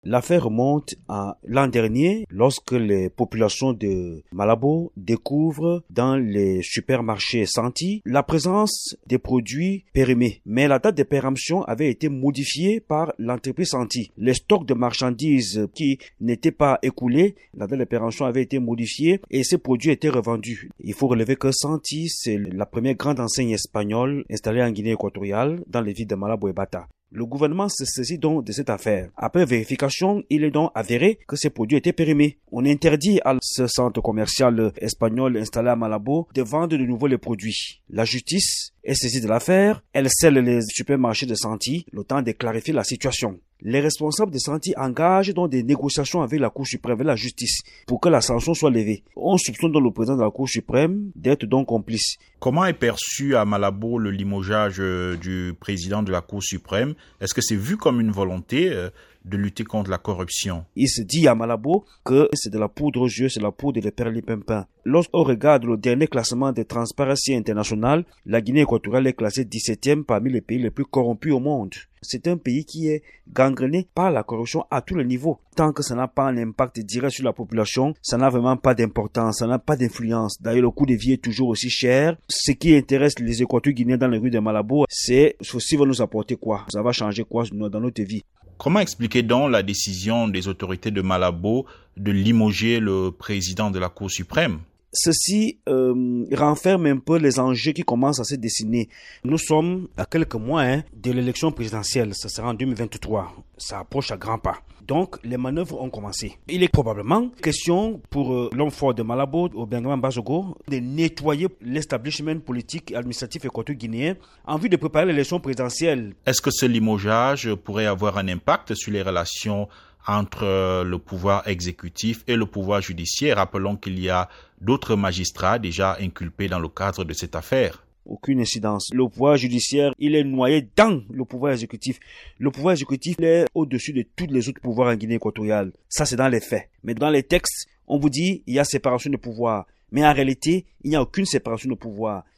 L'affaire remonte à l'an dernier lorsque les populations de Malabo découvrent dans les supermarchés Santi la présence des produits périmés. Mais la date de péremption avait été modifiée par l'entreprise Santi. Les stocks de marchandises qui n'étaient pas écoulés, la date de péremption avait été modifiée et ces produits étaient revendus. Il faut relever que Santi, c'est la première grande enseigne espagnole installée en Guinée équatoriale dans les villes de Malabo et Bata. Le gouvernement se saisit donc de cette affaire. Après vérification, il est donc avéré que ces produits étaient périmés. On interdit à ce centre commercial espagnol installé à Malabo de vendre de nouveau les produits. La justice est saisie de l'affaire. Elle scelle les supermarchés de Santi, le temps de clarifier la situation. Les responsables de Santi engagent donc des négociations avec la Cour suprême, avec la justice, pour que la sanction soit levée. On soupçonne donc le président de la Cour suprême d'être donc complice. Comment est perçu à Malabo le limogeage du président de la Cour suprême? Est-ce que c'est vu comme une volonté de lutter contre la corruption? Il se dit à Malabo que c'est de la poudre aux yeux, c'est la poudre de perlipimpin. Lorsqu'on regarde le dernier classement de Transparency International, la Guinée équatoriale est classée 17e parmi les pays les plus corrompus au monde. C'est un pays qui est gangréné par la corruption à tous les niveaux. Tant que ça n'a pas un impact direct sur la population, ça n'a vraiment pas d'importance, ça n'a pas d'influence. D'ailleurs, le coût de vie est toujours aussi cher. Ce qui intéresse les Équatoriens guinéens dans les rues de Malabo, c'est ceci va nous apporter quoi? Ça va changer quoi dans notre vie? Comment expliquer donc la décision des autorités de Malabo de limoger le président de la Cour suprême? Ceci renferme un peu les enjeux qui commencent à se dessiner. Nous sommes à quelques mois de l'élection présidentielle, ça sera en 2023. Ça approche à grands pas. Donc, les manœuvres ont commencé. Il est probablement question pour l'homme fort de Malabo, Obenga Mbasogo, de nettoyer l'establishment politique et administratif équato-guinéen en vue de préparer l'élection présidentielle. Est-ce que ce limogeage pourrait avoir un impact sur les relations entre le pouvoir exécutif et le pouvoir judiciaire? Rappelons qu'il y a d'autres magistrats déjà inculpés dans le cadre de cette affaire. Aucune incidence. Le pouvoir judiciaire, il est noyé dans le pouvoir exécutif. Le pouvoir exécutif est au-dessus de tous les autres pouvoirs en Guinée équatoriale. Ça, c'est dans les faits. Mais dans les textes, on vous dit il y a séparation de pouvoir. Mais en réalité, il n'y a aucune séparation de pouvoir.